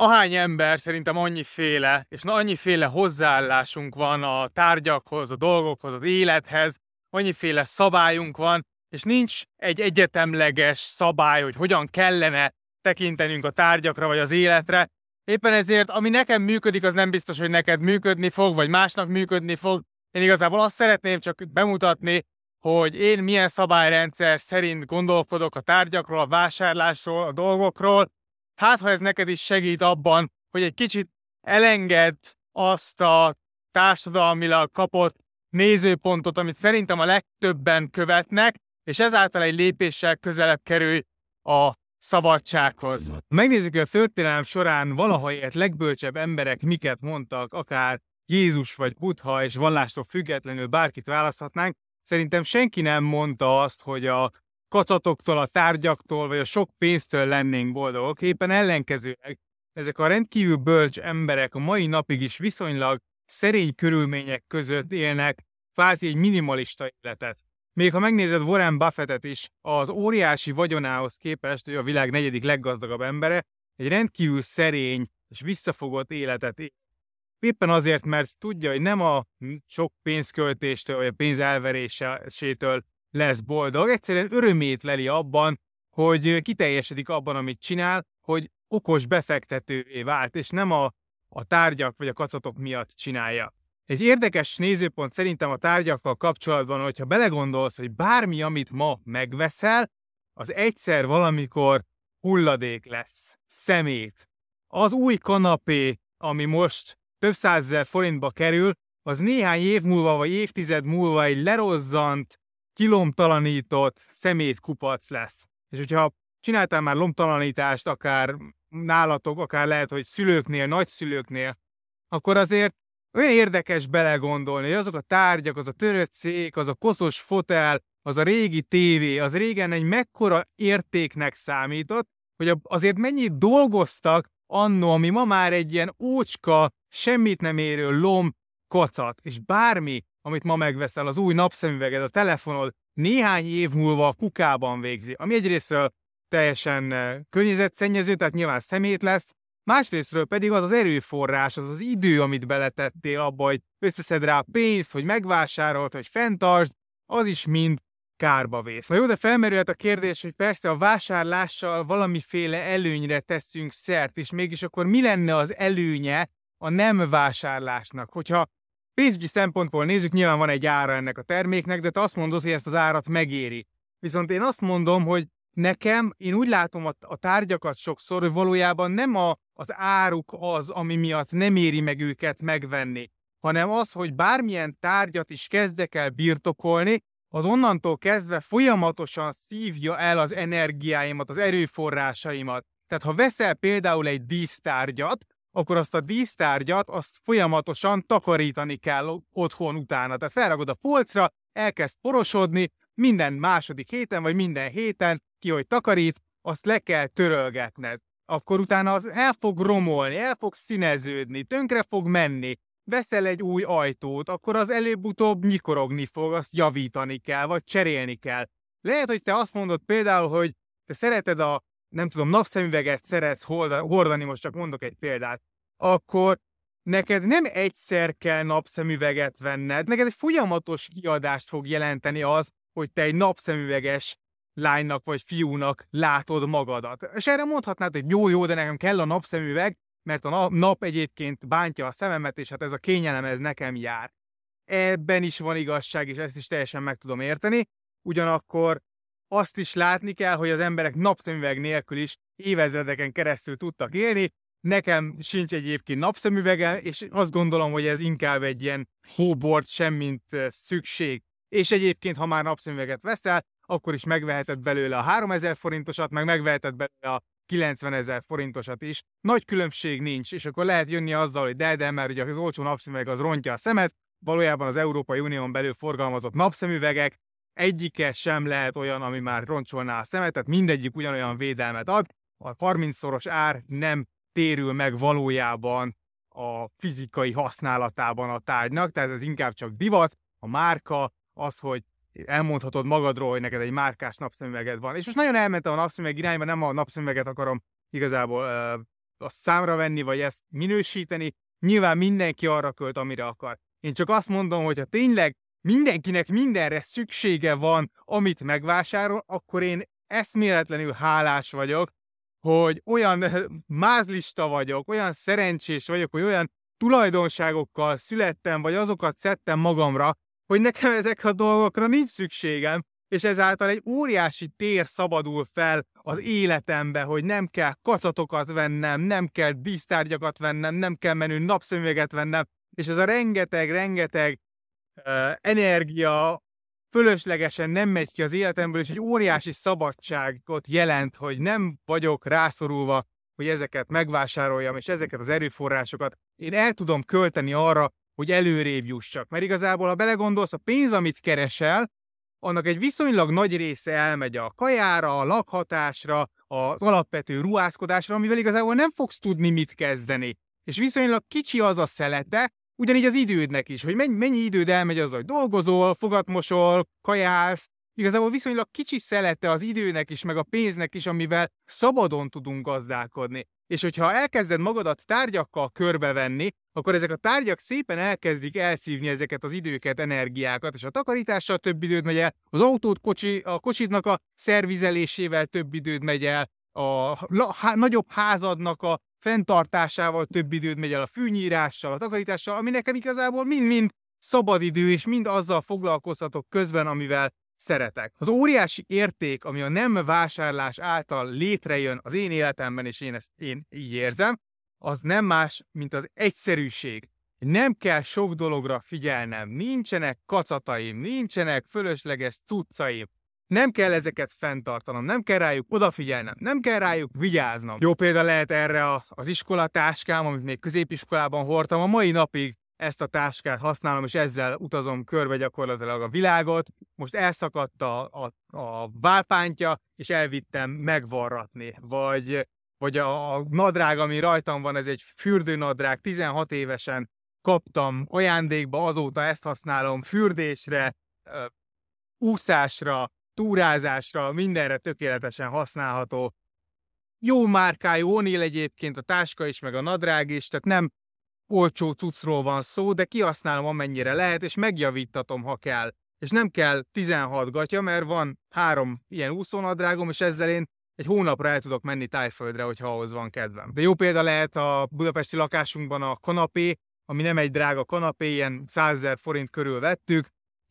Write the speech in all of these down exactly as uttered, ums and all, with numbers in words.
Ahány ember, szerintem annyiféle, és na annyiféle hozzáállásunk van a tárgyakhoz, a dolgokhoz, az élethez, annyiféle szabályunk van, és nincs egy egyetemleges szabály, hogy hogyan kellene tekintenünk a tárgyakra vagy az életre. Éppen ezért, ami nekem működik, az nem biztos, hogy neked működni fog, vagy másnak működni fog. Én igazából azt szeretném csak bemutatni, hogy én milyen szabályrendszer szerint gondolkodok a tárgyakról, a vásárlásról, a dolgokról. Hát, ha ez neked is segít abban, hogy egy kicsit elengedd azt a társadalmilag kapott nézőpontot, amit szerintem a legtöbben követnek, és ezáltal egy lépéssel közelebb kerülj a szabadsághoz. Ha megnézzük, hogy a történelem során valaha élt legbölcsebb emberek miket mondtak, akár Jézus vagy Buddha, és vallástól függetlenül bárkit választhatnánk, szerintem senki nem mondta azt, hogy a kacatoktól, a tárgyaktól, vagy a sok pénztől lennénk boldogok. Éppen ellenkezőleg ezek a rendkívül bölcs emberek a mai napig is viszonylag szerény körülmények között élnek, kvázi egy minimalista életet. Még ha megnézed Warren Buffettet is, az óriási vagyonához képest, ő a világ negyedik leggazdagabb embere, egy rendkívül szerény és visszafogott életet él. Éppen azért, mert tudja, hogy nem a sok pénzköltéstől, vagy a pénz elverésétől lesz boldog, egyszerűen örömét leli abban, hogy kiteljesedik abban, amit csinál, hogy okos befektetővé vált, és nem a, a tárgyak vagy a kacatok miatt csinálja. Egy érdekes nézőpont szerintem a tárgyakkal kapcsolatban, hogyha belegondolsz, hogy bármi, amit ma megveszel, az egyszer valamikor hulladék lesz, szemét. Az új kanapé, ami most több százezer forintba kerül, az néhány év múlva vagy évtized múlva egy lerozzant, kilomtalanított szemétkupac lesz. És hogyha csináltál már lomtalanítást, akár nálatok, akár lehet, hogy szülőknél, nagyszülőknél, akkor azért olyan érdekes belegondolni, hogy azok a tárgyak, az a törött szék, az a koszos fotel, az a régi tévé, az régen egy mekkora értéknek számított, hogy azért mennyit dolgoztak annó, ami ma már egy ilyen ócska, semmit nem érő lom kacat, és bármi, amit ma megveszel, az új napszemüveged, a telefonod, néhány év múlva a kukában végzi, ami egyrésztről teljesen környezetszennyező, tehát nyilván szemét lesz, másrésztről pedig az az erőforrás, az az idő, amit beletettél abba, hogy összeszed rá pénzt, hogy megvásárolt, hogy fenntartsd, az is mind kárba vész. Na jó, de felmerülhet a kérdés, hogy persze a vásárlással valamiféle előnyre teszünk szert, és mégis akkor mi lenne az előnye a nem vásárlásnak? Hogyha pénzügyi szempontból nézzük, nyilván van egy ára ennek a terméknek, de te azt mondod, hogy ezt az árat megéri. Viszont én azt mondom, hogy nekem, én úgy látom a, a tárgyakat sokszor, hogy valójában nem a, az áruk az, ami miatt nem éri meg őket megvenni, hanem az, hogy bármilyen tárgyat is kezdek el birtokolni, az onnantól kezdve folyamatosan szívja el az energiáimat, az erőforrásaimat. Tehát ha veszel például egy dísztárgyat, akkor azt a dísztárgyat azt folyamatosan takarítani kell otthon utána. Tehát felragod a polcra, elkezd porosodni, minden második héten vagy minden héten ki, hogy takarít, azt le kell törölgetned. Akkor utána az el fog romolni, el fog színeződni, tönkre fog menni. Veszel egy új ajtót, akkor az előbb-utóbb nyikorogni fog, azt javítani kell, vagy cserélni kell. Lehet, hogy te azt mondod például, hogy te szereted a, nem tudom, napszemüveget szeretsz hordani, most csak mondok egy példát, akkor neked nem egyszer kell napszemüveget venned, neked egy folyamatos kiadást fog jelenteni az, hogy te egy napszemüveges lánynak vagy fiúnak látod magadat. És erre mondhatnád, hogy jó-jó, de nekem kell a napszemüveg, mert a nap egyébként bántja a szememet, és hát ez a kényelem, ez nekem jár. Ebben is van igazság, és ezt is teljesen meg tudom érteni. Ugyanakkor azt is látni kell, hogy az emberek napszemüveg nélkül is évezredeken keresztül tudtak élni. Nekem sincs egyébként napszemüvegem, és azt gondolom, hogy ez inkább egy ilyen hóbort semmint szükség. És egyébként, ha már napszemüveget veszel, akkor is megveheted belőle a háromezer forintosat, meg megveheted belőle a kilencvenezer forintosat is. Nagy különbség nincs, és akkor lehet jönni azzal, hogy de, de, mert ugye az olcsó napszemüveg az rontja a szemet, valójában az Európai Unión belül forgalmazott napszemüvegek egyike sem lehet olyan, ami már roncsolná a szemet, tehát mindegyik ugyanolyan védelmet ad. A harmincszoros ár nem térül meg valójában a fizikai használatában a tárgynak, tehát ez inkább csak divat, a márka, az, hogy elmondhatod magadról, hogy neked egy márkás napszemüveged van. És most nagyon elmentem a napszemüveg irányba, nem a napszemüveget akarom igazából uh, azt számra venni, vagy ezt minősíteni. Nyilván mindenki arra költ, amire akar. Én csak azt mondom, hogy ha tényleg mindenkinek mindenre szüksége van, amit megvásárol, akkor én eszméletlenül hálás vagyok, hogy olyan mázlista vagyok, olyan szerencsés vagyok, hogy olyan tulajdonságokkal születtem, vagy azokat szedtem magamra, hogy nekem ezek a dolgokra nincs szükségem, és ezáltal egy óriási tér szabadul fel az életembe, hogy nem kell kacatokat vennem, nem kell dísztárgyakat vennem, nem kell menő napszemüveget vennem, és ez a rengeteg-rengeteg uh, energia fölöslegesen nem megy ki az életemből, és egy óriási szabadságot jelent, hogy nem vagyok rászorulva, hogy ezeket megvásároljam, és ezeket az erőforrásokat én el tudom költeni arra, hogy előrébb jussak. Mert igazából, ha belegondolsz, a pénz, amit keresel, annak egy viszonylag nagy része elmegy a kajára, a lakhatásra, az alapvető ruházkodásra, amivel igazából nem fogsz tudni mit kezdeni. És viszonylag kicsi az a szelete, ugyanígy az idődnek is, hogy mennyi, mennyi időd elmegy az, hogy dolgozol, fogat mosol, kajálsz. Igazából viszonylag kicsi szelete az időnek is, meg a pénznek is, amivel szabadon tudunk gazdálkodni. És hogyha elkezded magadat tárgyakkal körbevenni, akkor ezek a tárgyak szépen elkezdik elszívni ezeket az időket, energiákat, és a takarítással több időd megy el, az autót, kocsi, a kocsidnak a szervizelésével több időd megy el, a há, nagyobb házadnak a fenntartásával több időd megy el, a fűnyírással, a takarítással, ami nekem igazából mind-mind szabadidő, és mind azzal foglalkozhatok közben, amivel szeretek. Az óriási érték, ami a nem vásárlás által létrejön az én életemben, és én ezt én így érzem, az nem más, mint az egyszerűség. Nem kell sok dologra figyelnem, nincsenek kacataim, nincsenek fölösleges cuccaim, nem kell ezeket fenntartanom, nem kell rájuk odafigyelnem, nem kell rájuk vigyáznom. Jó példa lehet erre az iskolatáskám, amit még középiskolában hordtam. A mai napig ezt a táskát használom, és ezzel utazom körbe gyakorlatilag a világot. Most elszakadt a, a, a válpántja, és elvittem megvarratni. Vagy, vagy a, a nadrág, ami rajtam van, ez egy fürdőnadrág, tizenhat évesen kaptam ajándékba, azóta ezt használom fürdésre, úszásra, túrázásra, mindenre tökéletesen használható. Jó márkájú O'Neill egyébként a táska is, meg a nadrág is, tehát nem olcsó cuccról van szó, de kihasználom amennyire lehet, és megjavítatom, ha kell. És nem kell tizenhat gatya, mert van három ilyen úszónadrágom, és ezzel én egy hónapra el tudok menni Tájföldre, hogyha ahhoz van kedvem. De jó példa lehet a budapesti lakásunkban a kanapé, ami nem egy drága kanapé, ilyen százezer forint körül vettük,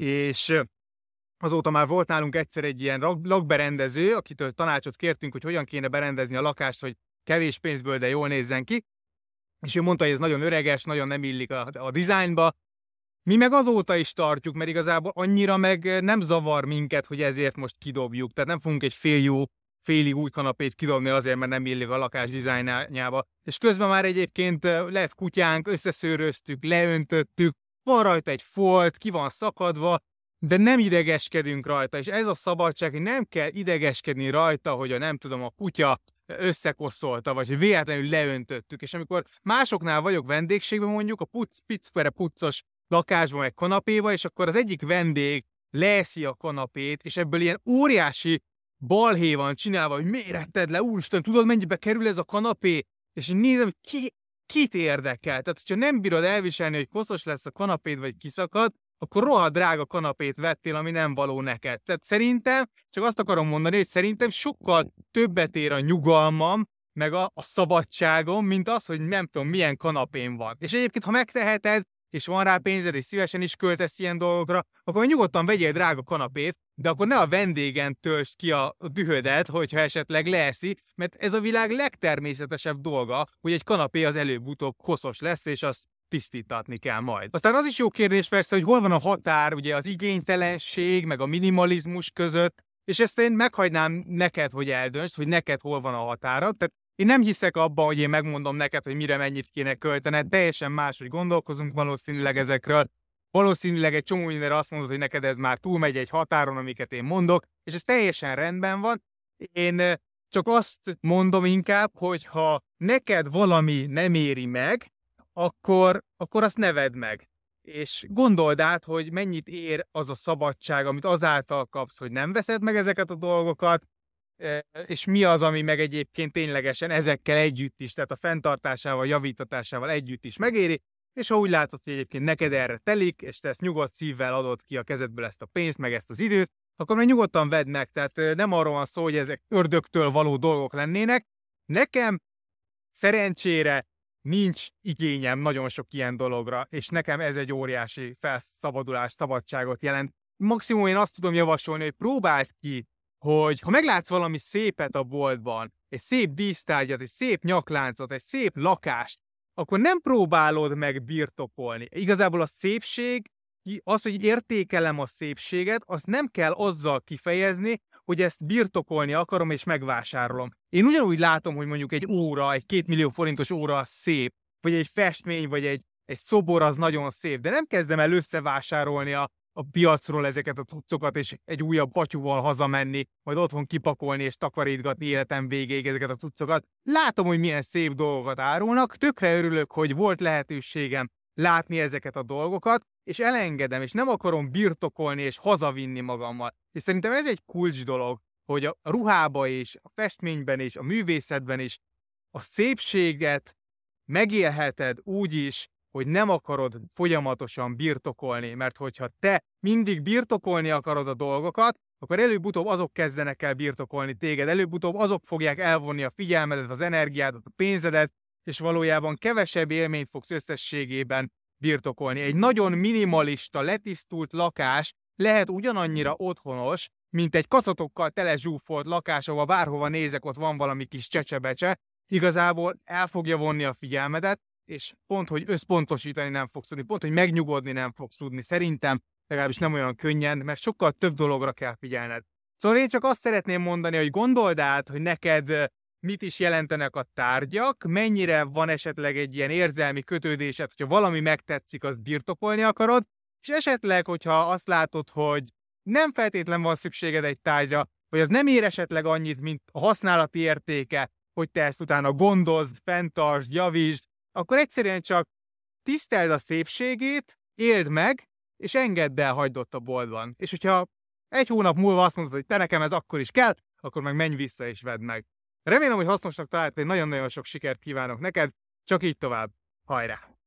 és azóta már volt nálunk egyszer egy ilyen lakberendező, akitől tanácsot kértünk, hogy hogyan kéne berendezni a lakást, hogy kevés pénzből, de jól nézzen ki. És ő mondta, hogy ez nagyon öreges, nagyon nem illik a, a dizájnba. Mi meg azóta is tartjuk, mert igazából annyira meg nem zavar minket, hogy ezért most kidobjuk. Tehát nem fogunk egy fél jó, félig új kanapét kidobni azért, mert nem illik a lakás dizájnjába. És közben már egyébként lett kutyánk, összeszőröztük, leöntöttük, van rajta egy folt, ki van szakadva, de nem idegeskedünk rajta, és ez a szabadság, hogy nem kell idegeskedni rajta, hogy a nem tudom, a kutya összekoszolta, vagy hogy véletlenül leöntöttük, és amikor másoknál vagyok vendégségben, mondjuk a puc, pickpere puccos lakásban, egy kanapéba, és akkor az egyik vendég leeszi a kanapét, és ebből ilyen óriási balhé van csinálva, hogy miért etted le, úristen, tudod mennyibe kerül ez a kanapé? És én nézem, hogy ki, kit érdekel. Tehát, hogyha nem bírod elviselni, hogy koszos lesz a kanapéd, vagy kiszakad, akkor rohadt drága kanapét vettél, ami nem való neked. Tehát szerintem, csak azt akarom mondani, hogy szerintem sokkal többet ér a nyugalmam, meg a, a szabadságom, mint az, hogy nem tudom, milyen kanapém van. És egyébként, ha megteheted, és van rá pénzed, és szívesen is költesz ilyen dolgokra, akkor nyugodtan vegyél drága kanapét, de akkor ne a vendégen töltsd ki a dühödet, hogyha esetleg leeszi, mert ez a világ legtermészetesebb dolga, hogy egy kanapé az előbb-utóbb koszos lesz, és azt tisztítatni kell majd. Aztán az is jó kérdés persze, hogy hol van a határ, ugye az igénytelenség, meg a minimalizmus között, és ezt én meghagynám neked, hogy eldöntsd, hogy neked hol van a határa. Tehát én nem hiszek abban, hogy én megmondom neked, hogy mire mennyit kéne költened, teljesen máshogy gondolkozunk valószínűleg ezekről. Valószínűleg egy csomó mindenre azt mondod, hogy neked ez már túlmegy egy határon, amiket én mondok, és ez teljesen rendben van. Én csak azt mondom inkább, hogy ha neked valami nem éri meg, akkor, akkor azt ne vedd meg. És gondold át, hogy mennyit ér az a szabadság, amit azáltal kapsz, hogy nem veszed meg ezeket a dolgokat, és mi az, ami meg egyébként ténylegesen ezekkel együtt is, tehát a fenntartásával, javítatásával együtt is megéri, és ha úgy látod, hogy egyébként neked erre telik, és te ezt nyugodt szívvel adod ki a kezedből ezt a pénzt, meg ezt az időt, akkor meg nyugodtan vedd meg, tehát nem arról van szó, hogy ezek ördögtől való dolgok lennének. Nekem szerencsére nincs igényem nagyon sok ilyen dologra, és nekem ez egy óriási felszabadulás, szabadságot jelent. Maximum én azt tudom javasolni, hogy próbáld ki, hogy ha meglátsz valami szépet a boltban, egy szép dísztárgyat, egy szép nyakláncot, egy szép lakást, akkor nem próbálod meg birtokolni. Igazából a szépség, az, hogy értékelem a szépséget, azt nem kell azzal kifejezni, hogy ezt birtokolni akarom és megvásárolom. Én ugyanúgy látom, hogy mondjuk egy óra, egy két millió forintos óra az szép, vagy egy festmény, vagy egy, egy szobor az nagyon szép, de nem kezdem el összevásárolni a, a piacról ezeket a cuccokat, és egy újabb batyúval hazamenni, majd otthon kipakolni és takarítgatni életem végéig ezeket a cuccokat. Látom, hogy milyen szép dolgokat árulnak, tökre örülök, hogy volt lehetőségem látni ezeket a dolgokat, és elengedem, és nem akarom birtokolni és hazavinni magammal. És szerintem ez egy kulcs dolog, hogy a ruhába is, a festményben is, a művészetben is a szépséget megélheted úgy is, hogy nem akarod folyamatosan birtokolni, mert hogyha te mindig birtokolni akarod a dolgokat, akkor előbb-utóbb azok kezdenek el birtokolni téged, előbb-utóbb azok fogják elvonni a figyelmedet, az energiádat, a pénzedet, és valójában kevesebb élményt fogsz összességében birtokolni. Egy nagyon minimalista, letisztult lakás lehet ugyanannyira otthonos, mint egy kacatokkal tele zsúfolt lakás, ahol bárhova nézek, ott van valami kis csecsebecse. Igazából el fogja vonni a figyelmedet, és pont, hogy összpontosítani nem fogsz tudni, pont, hogy megnyugodni nem fogsz tudni. Szerintem legalábbis nem olyan könnyen, mert sokkal több dologra kell figyelned. Szóval én csak azt szeretném mondani, hogy gondold át, hogy neked mit is jelentenek a tárgyak, mennyire van esetleg egy ilyen érzelmi kötődésed, hogyha valami megtetszik, azt birtokolni akarod, és esetleg, hogyha azt látod, hogy nem feltétlen van szükséged egy tárgyra, vagy az nem ér esetleg annyit, mint a használati értéke, hogy te ezt utána gondozd, fenntartsd, javítsd, akkor egyszerűen csak tiszteld a szépségét, éld meg, és engedd el, hagyd ott a boltban. És hogyha egy hónap múlva azt mondod, hogy te nekem ez akkor is kell, akkor meg menj vissza és vedd meg. Remélem, hogy hasznosnak találtad, nagyon-nagyon sok sikert kívánok neked, csak így tovább. Hajrá!